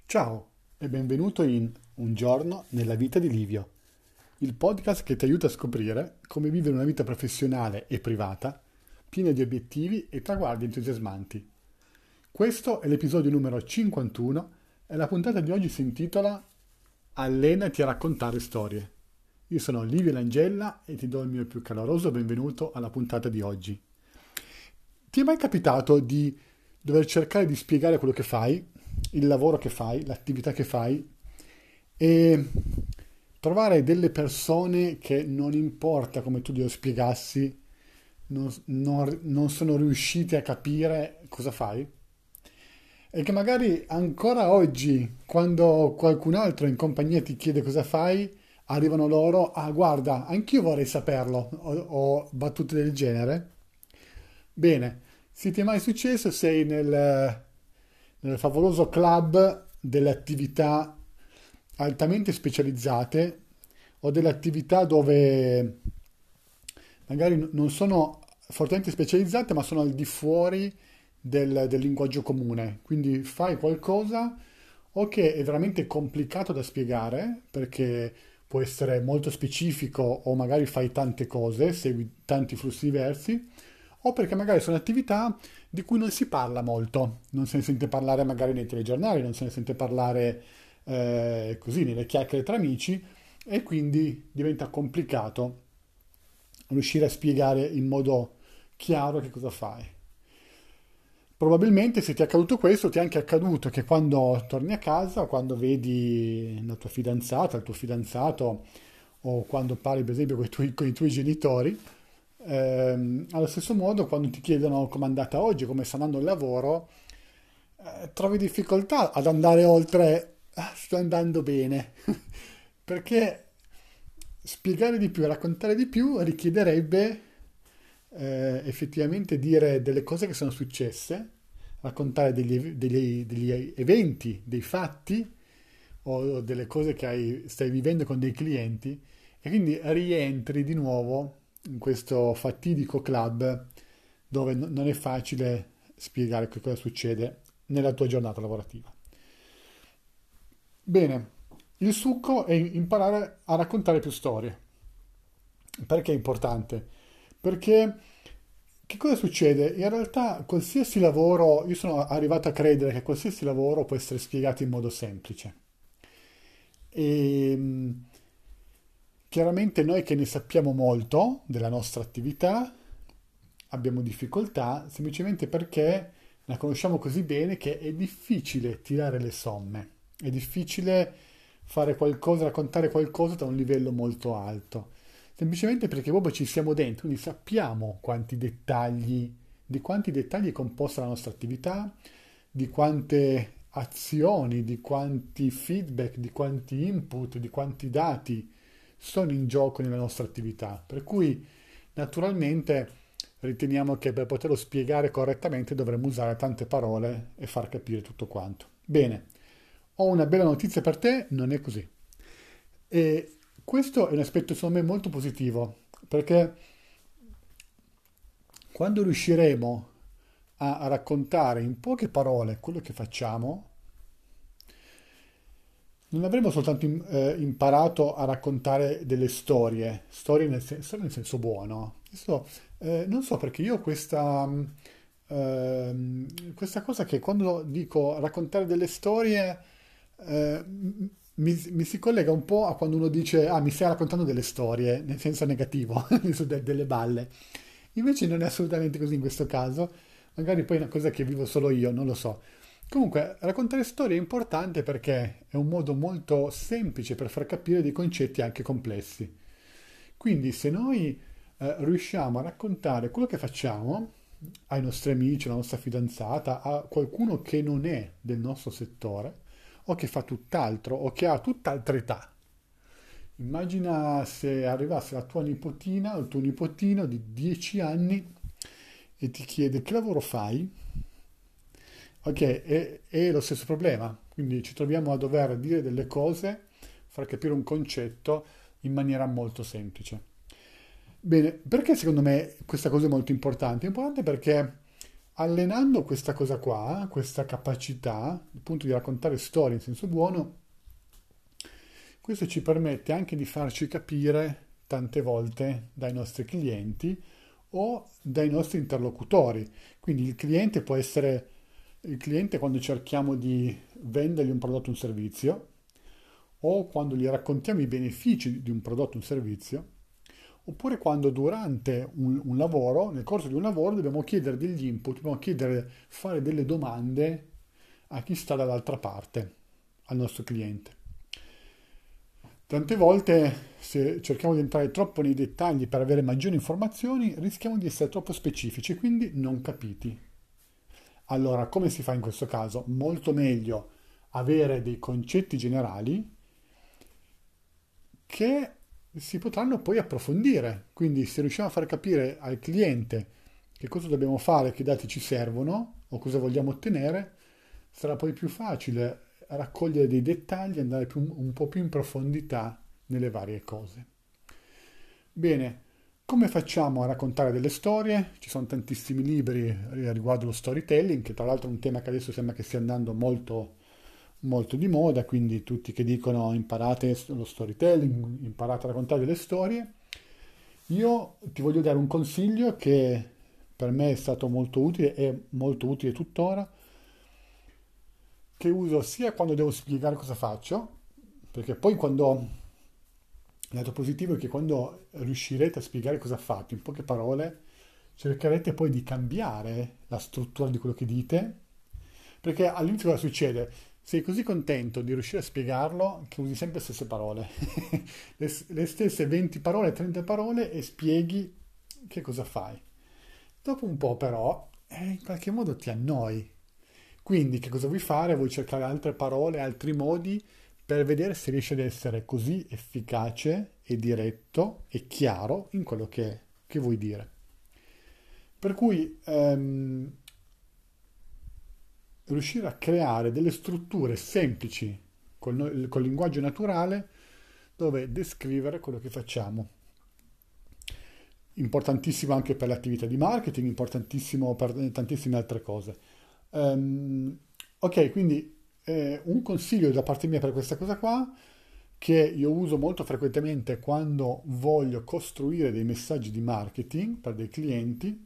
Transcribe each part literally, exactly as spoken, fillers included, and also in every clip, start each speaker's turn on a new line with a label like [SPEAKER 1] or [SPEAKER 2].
[SPEAKER 1] Ciao e benvenuto in Un giorno nella vita di Livio, il podcast che ti aiuta a scoprire come vivere una vita professionale e privata piena di obiettivi e traguardi entusiasmanti. Questo è l'episodio numero cinquantuno e la puntata di oggi si intitola Allenati a raccontare storie. Io sono Livio Langella e ti do il mio più caloroso benvenuto alla puntata di oggi. Ti è mai capitato di dover cercare di spiegare quello che fai, il lavoro che fai, l'attività che fai e trovare delle persone che non importa come tu glielo spiegassi, non, non- non sono riusciti a capire cosa fai? E che magari ancora oggi, quando qualcun altro in compagnia ti chiede cosa fai, arrivano loro, ah guarda, anch'io vorrei saperlo, o, o battute del genere. Bene, se ti è mai successo, sei nel, nel favoloso club delle attività altamente specializzate o delle attività dove magari n- non sono fortemente specializzate, ma sono al di fuori del, del linguaggio comune. Quindi fai qualcosa o che è veramente complicato da spiegare, perché può essere molto specifico o magari fai tante cose, segui tanti flussi diversi, o perché magari sono attività di cui non si parla molto, non se ne sente parlare magari nei telegiornali, non se ne sente parlare eh, così nelle chiacchiere tra amici e quindi diventa complicato riuscire a spiegare in modo chiaro che cosa fai. Probabilmente se ti è accaduto questo, ti è anche accaduto che quando torni a casa, o quando vedi la tua fidanzata, il tuo fidanzato, o quando parli per esempio con i tuoi, con i tuoi genitori, ehm, allo stesso modo quando ti chiedono com'è andata oggi, come sta andando il lavoro, eh, trovi difficoltà ad andare oltre, "Ah, sto andando bene", perché spiegare di più, raccontare di più richiederebbe eh, effettivamente dire delle cose che sono successe, raccontare degli, ev- degli- degli eventi, dei fatti o delle cose che hai- stai vivendo con dei clienti e quindi rientri di nuovo in questo fatidico club dove n- non è facile spiegare che cosa succede nella tua giornata lavorativa. Bene, il succo è imparare a raccontare più storie. Perché è importante? Perché che cosa succede? In realtà qualsiasi lavoro, io sono arrivato a credere che qualsiasi lavoro può essere spiegato in modo semplice. E mh, chiaramente noi che ne sappiamo molto della nostra attività abbiamo difficoltà semplicemente perché la conosciamo così bene che è difficile tirare le somme, è difficile fare qualcosa, raccontare qualcosa da un livello molto alto, semplicemente perché proprio ci siamo dentro, quindi sappiamo quanti dettagli, di quanti dettagli è composta la nostra attività, di quante azioni, di quanti feedback, di quanti input, di quanti dati sono in gioco nella nostra attività. Per cui naturalmente riteniamo che per poterlo spiegare correttamente dovremmo usare tante parole e far capire tutto quanto. Bene, ho una bella notizia per te, non è così. E questo è un aspetto secondo me molto positivo, perché quando riusciremo a, a raccontare in poche parole quello che facciamo, non avremo soltanto im- eh, imparato a raccontare delle storie, storie nel, sen- storie nel senso buono. Questo, eh, non so perché io ho questa, mh, ehm, questa cosa che quando dico raccontare delle storie, eh, m- mi, mi si collega un po' a quando uno dice, ah, mi stai raccontando delle storie, nel senso negativo, nel senso de- delle balle. Invece non è assolutamente così in questo caso, magari poi è una cosa che vivo solo io, non lo so. Comunque, raccontare storie è importante perché è un modo molto semplice per far capire dei concetti anche complessi. Quindi, se noi eh, riusciamo a raccontare quello che facciamo ai nostri amici, alla nostra fidanzata, a qualcuno che non è del nostro settore, o che fa tutt'altro, o che ha tutt'altra età. Immagina se arrivasse la tua nipotina o il tuo nipotino di dieci anni e ti chiede che lavoro fai? Ok, è, è lo stesso problema, quindi ci troviamo a dover dire delle cose, far capire un concetto in maniera molto semplice. Bene, perché secondo me questa cosa è molto importante? È importante perché Allenando questa cosa qua, questa capacità, appunto di raccontare storie in senso buono, questo ci permette anche di farci capire tante volte dai nostri clienti o dai nostri interlocutori. Quindi il cliente può essere il cliente quando cerchiamo di vendergli un prodotto o un servizio, o quando gli raccontiamo i benefici di un prodotto o un servizio, oppure quando durante un, un lavoro, nel corso di un lavoro, dobbiamo chiedere degli input, dobbiamo chiedere, fare delle domande a chi sta dall'altra parte, al nostro cliente. Tante volte, se cerchiamo di entrare troppo nei dettagli per avere maggiori informazioni, rischiamo di essere troppo specifici e quindi non capiti. Allora, come si fa in questo caso? Molto meglio avere dei concetti generali che si potranno poi approfondire. Quindi, se riusciamo a far capire al cliente che cosa dobbiamo fare, che dati ci servono o cosa vogliamo ottenere, sarà poi più facile raccogliere dei dettagli e andare più- un po' più in profondità nelle varie cose. Bene, come facciamo a raccontare delle storie? Ci sono tantissimi libri riguardo lo storytelling, che tra l'altro è un tema che adesso sembra che stia andando molto, molto di moda, quindi tutti che dicono imparate lo storytelling, imparate a raccontare delle storie. Io ti voglio dare un consiglio che per me è stato molto utile e molto utile tuttora, che uso sia quando devo spiegare cosa faccio, perché poi quando il lato positivo è che quando riuscirete a spiegare cosa fate in poche parole, cercherete poi di cambiare la struttura di quello che dite, perché all'inizio cosa succede? Sei così contento di riuscire a spiegarlo che usi sempre le stesse parole, le, le stesse venti parole, trenta parole e spieghi che cosa fai. Dopo un po' però, eh, in qualche modo ti annoi. Quindi che cosa vuoi fare? Vuoi cercare altre parole, altri modi per vedere se riesci ad essere così efficace e diretto e chiaro in quello che, che vuoi dire. Per cui ehm, riuscire a creare delle strutture semplici col, no- col linguaggio naturale dove descrivere quello che facciamo. Importantissimo anche per l'attività di marketing, importantissimo per tantissime altre cose. Ehm, ok, quindi eh, un consiglio da parte mia per questa cosa qua, che io uso molto frequentemente quando voglio costruire dei messaggi di marketing per dei clienti,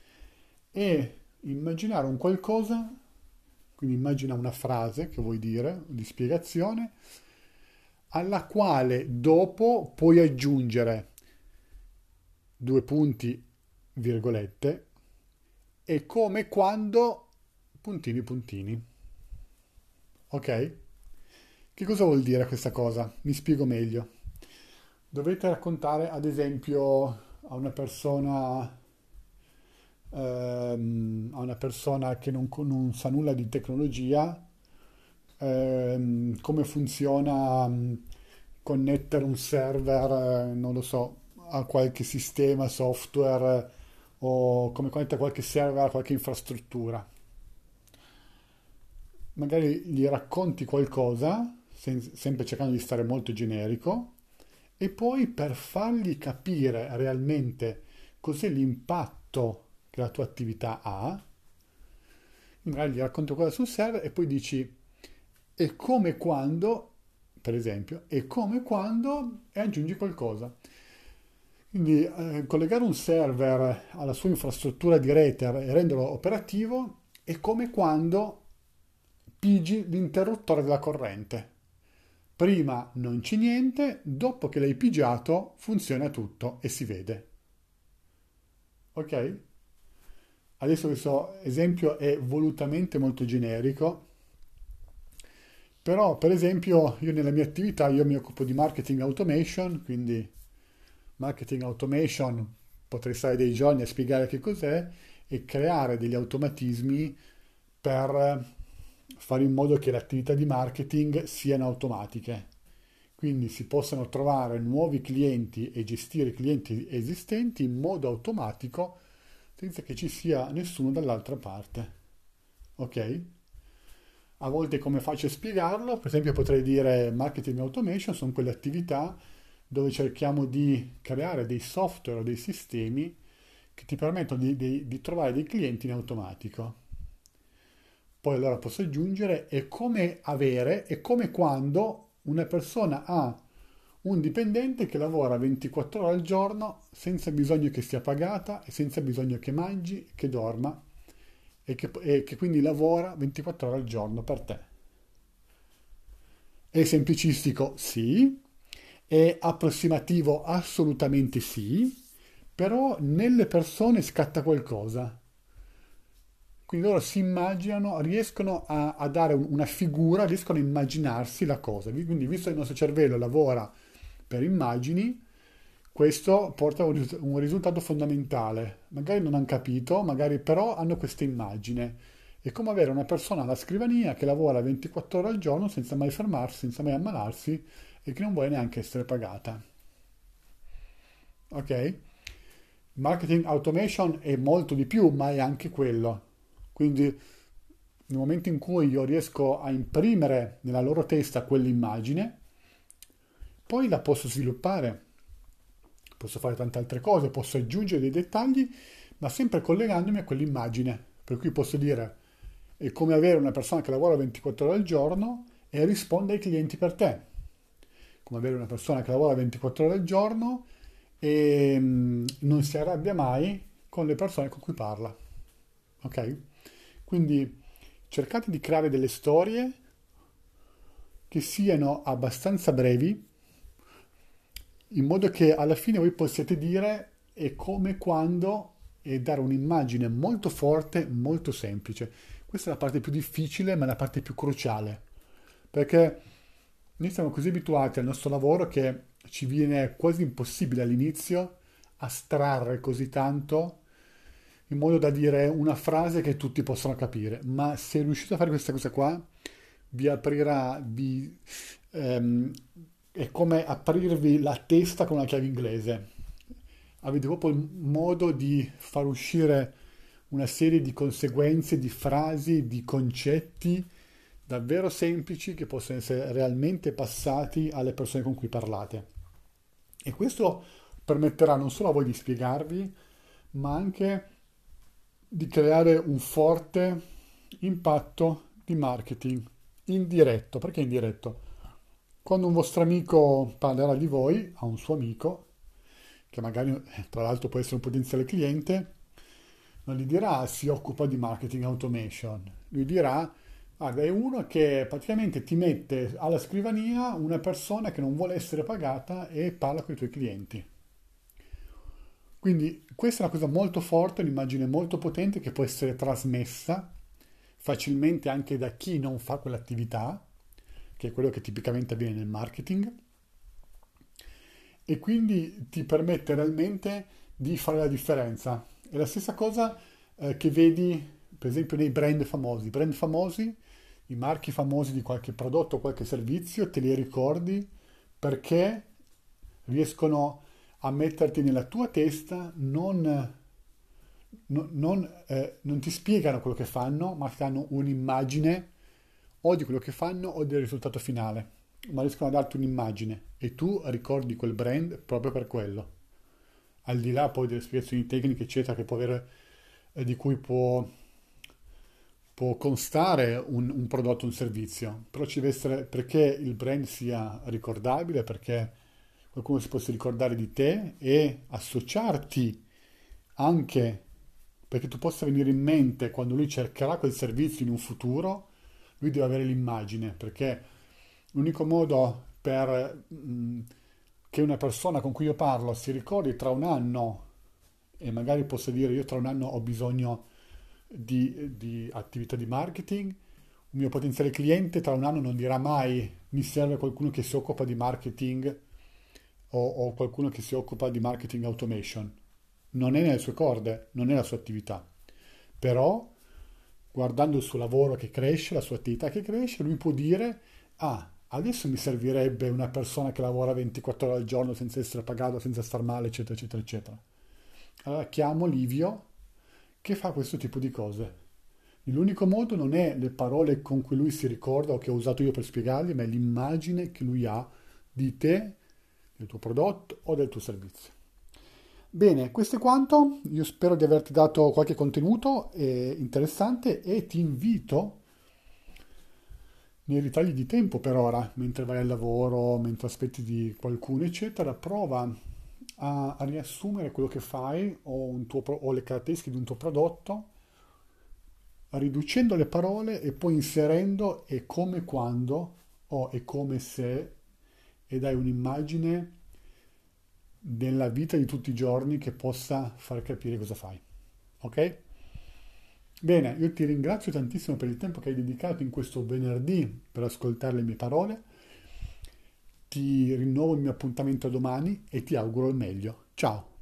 [SPEAKER 1] è immaginare un qualcosa, quindi immagina una frase che vuoi dire, di spiegazione, alla quale dopo puoi aggiungere due punti, virgolette, e come quando puntini puntini. Ok? Che cosa vuol dire questa cosa? Mi spiego meglio. Dovete raccontare, ad esempio, a una persona, ehm, a una persona che non, con- non sa nulla di tecnologia, ehm, come funziona, mh, connettere un server, eh, non lo so, a qualche sistema, software, eh, o come connettere qualche server a qualche infrastruttura. Magari gli racconti qualcosa, sen- sempre cercando di stare molto generico, e poi per fargli capire realmente cos'è l'impatto che la tua attività ha, magari gli racconti qualcosa sul server e poi dici e come quando, per esempio, e come quando e aggiungi qualcosa. Quindi eh, collegare un server alla sua infrastruttura di rete e renderlo operativo è come quando pigi l'interruttore della corrente. Prima non c'è niente, dopo che l'hai pigiato funziona tutto e si vede. Ok? Adesso questo esempio è volutamente molto generico, però per esempio io nella mia attività io mi occupo di marketing automation, quindi marketing automation potrei stare dei giorni a spiegare che cos'è e creare degli automatismi per fare in modo che le attività di marketing siano automatiche. Quindi si possano trovare nuovi clienti e gestire i clienti esistenti in modo automatico senza che ci sia nessuno dall'altra parte. Ok? A volte come faccio a spiegarlo? Per esempio potrei dire marketing automation sono quelle attività dove cerchiamo di creare dei software o dei sistemi che ti permettono di, di- di trovare dei clienti in automatico. Poi allora posso aggiungere è come avere, è come quando una persona ha un dipendente che lavora ventiquattro ore al giorno senza bisogno che sia pagata e senza bisogno che mangi, che dorma e che, e che quindi lavora ventiquattro ore al giorno per te. È semplicistico? Sì. È approssimativo? Assolutamente sì. Però nelle persone scatta qualcosa. Quindi loro si immaginano, riescono a, a dare un- una figura, riescono a immaginarsi la cosa. Quindi, visto che il nostro cervello lavora per immagini, questo porta a un, ris- un risultato fondamentale. Magari non hanno capito, magari però hanno questa immagine. È come avere una persona alla scrivania che lavora ventiquattro ore al giorno senza mai fermarsi, senza mai ammalarsi e che non vuole neanche essere pagata. Ok? Marketing automation è molto di più, ma è anche quello. Quindi nel momento in cui io riesco a imprimere nella loro testa quell'immagine, poi la posso sviluppare, posso fare tante altre cose, posso aggiungere dei dettagli, ma sempre collegandomi a quell'immagine. Per cui posso dire, è come avere una persona che lavora ventiquattro ore al giorno e risponde ai clienti per te. Come avere una persona che lavora ventiquattro ore al giorno e mm, non si arrabbia mai con le persone con cui parla. Ok? Quindi cercate di creare delle storie che siano abbastanza brevi, in modo che alla fine voi possiate dire è come quando e dare un'immagine molto forte, molto semplice. Questa è la parte più difficile, ma è la parte più cruciale, perché noi siamo così abituati al nostro lavoro che ci viene quasi impossibile all'inizio astrarre così tanto in modo da dire una frase che tutti possono capire. Ma se riuscite a fare questa cosa qua, vi aprirà, vi, ehm, è come aprirvi la testa con una chiave inglese. Avete proprio il modo di far uscire una serie di conseguenze, di frasi, di concetti davvero semplici che possono essere realmente passati alle persone con cui parlate. E questo permetterà non solo a voi di spiegarvi, ma anche di creare un forte impatto di marketing indiretto. Perché indiretto? Quando un vostro amico parlerà di voi a un suo amico, che magari eh, tra l'altro può essere un potenziale cliente, non gli dirà si occupa di marketing automation, lui dirà guarda, è uno che praticamente ti mette alla scrivania una persona che non vuole essere pagata e parla con i tuoi clienti. Quindi questa è una cosa molto forte, un'immagine molto potente che può essere trasmessa facilmente anche da chi non fa quell'attività, che è quello che tipicamente avviene nel marketing, e quindi ti permette realmente di fare la differenza. È la stessa cosa eh, che vedi, per esempio, nei brand famosi. I brand famosi, i marchi famosi di qualche prodotto o qualche servizio, te li ricordi perché riescono a metterti nella tua testa, non, non- non, eh, non ti spiegano quello che fanno, ma ti hanno un'immagine o di quello che fanno o del risultato finale, ma riescono a darti un'immagine e tu ricordi quel brand proprio per quello. Al di là poi delle spiegazioni tecniche, eccetera, che può avere, eh, di cui può, può constare un, un prodotto o un servizio, però ci deve essere perché il brand sia ricordabile, perché qualcuno si possa ricordare di te e associarti anche perché tu possa venire in mente quando lui cercherà quel servizio in un futuro, lui deve avere l'immagine, perché l'unico modo per mh, che una persona con cui io parlo si ricordi tra un anno e magari possa dire io tra un anno ho bisogno di, di attività di marketing, un mio potenziale cliente tra un anno non dirà mai mi serve qualcuno che si occupa di marketing o, o qualcuno che si occupa di marketing automation. Non è nelle sue corde, non è la sua attività. Però, guardando il suo lavoro che cresce, la sua attività che cresce, lui può dire, ah, adesso mi servirebbe una persona che lavora ventiquattro ore al giorno senza essere pagato, senza star male, eccetera, eccetera, eccetera. Allora chiamo Livio che fa questo tipo di cose. L'unico modo non è le parole con cui lui si ricorda o che ho usato io per spiegargli, ma è l'immagine che lui ha di te, del tuo prodotto o del tuo servizio. Bene, questo è quanto. Io spero di averti dato qualche contenuto eh, interessante e ti invito nei ritagli di tempo per ora, mentre vai al lavoro, mentre aspetti di qualcuno, eccetera, prova a, a riassumere quello che fai o, un tuo pro- o le caratteristiche di un tuo prodotto, riducendo le parole e poi inserendo e come quando o e come se e dai un'immagine della vita di tutti i giorni che possa far capire cosa fai. Ok? Bene, io ti ringrazio tantissimo per il tempo che hai dedicato in questo venerdì per ascoltare le mie parole. Ti rinnovo il mio appuntamento domani e ti auguro il meglio. Ciao!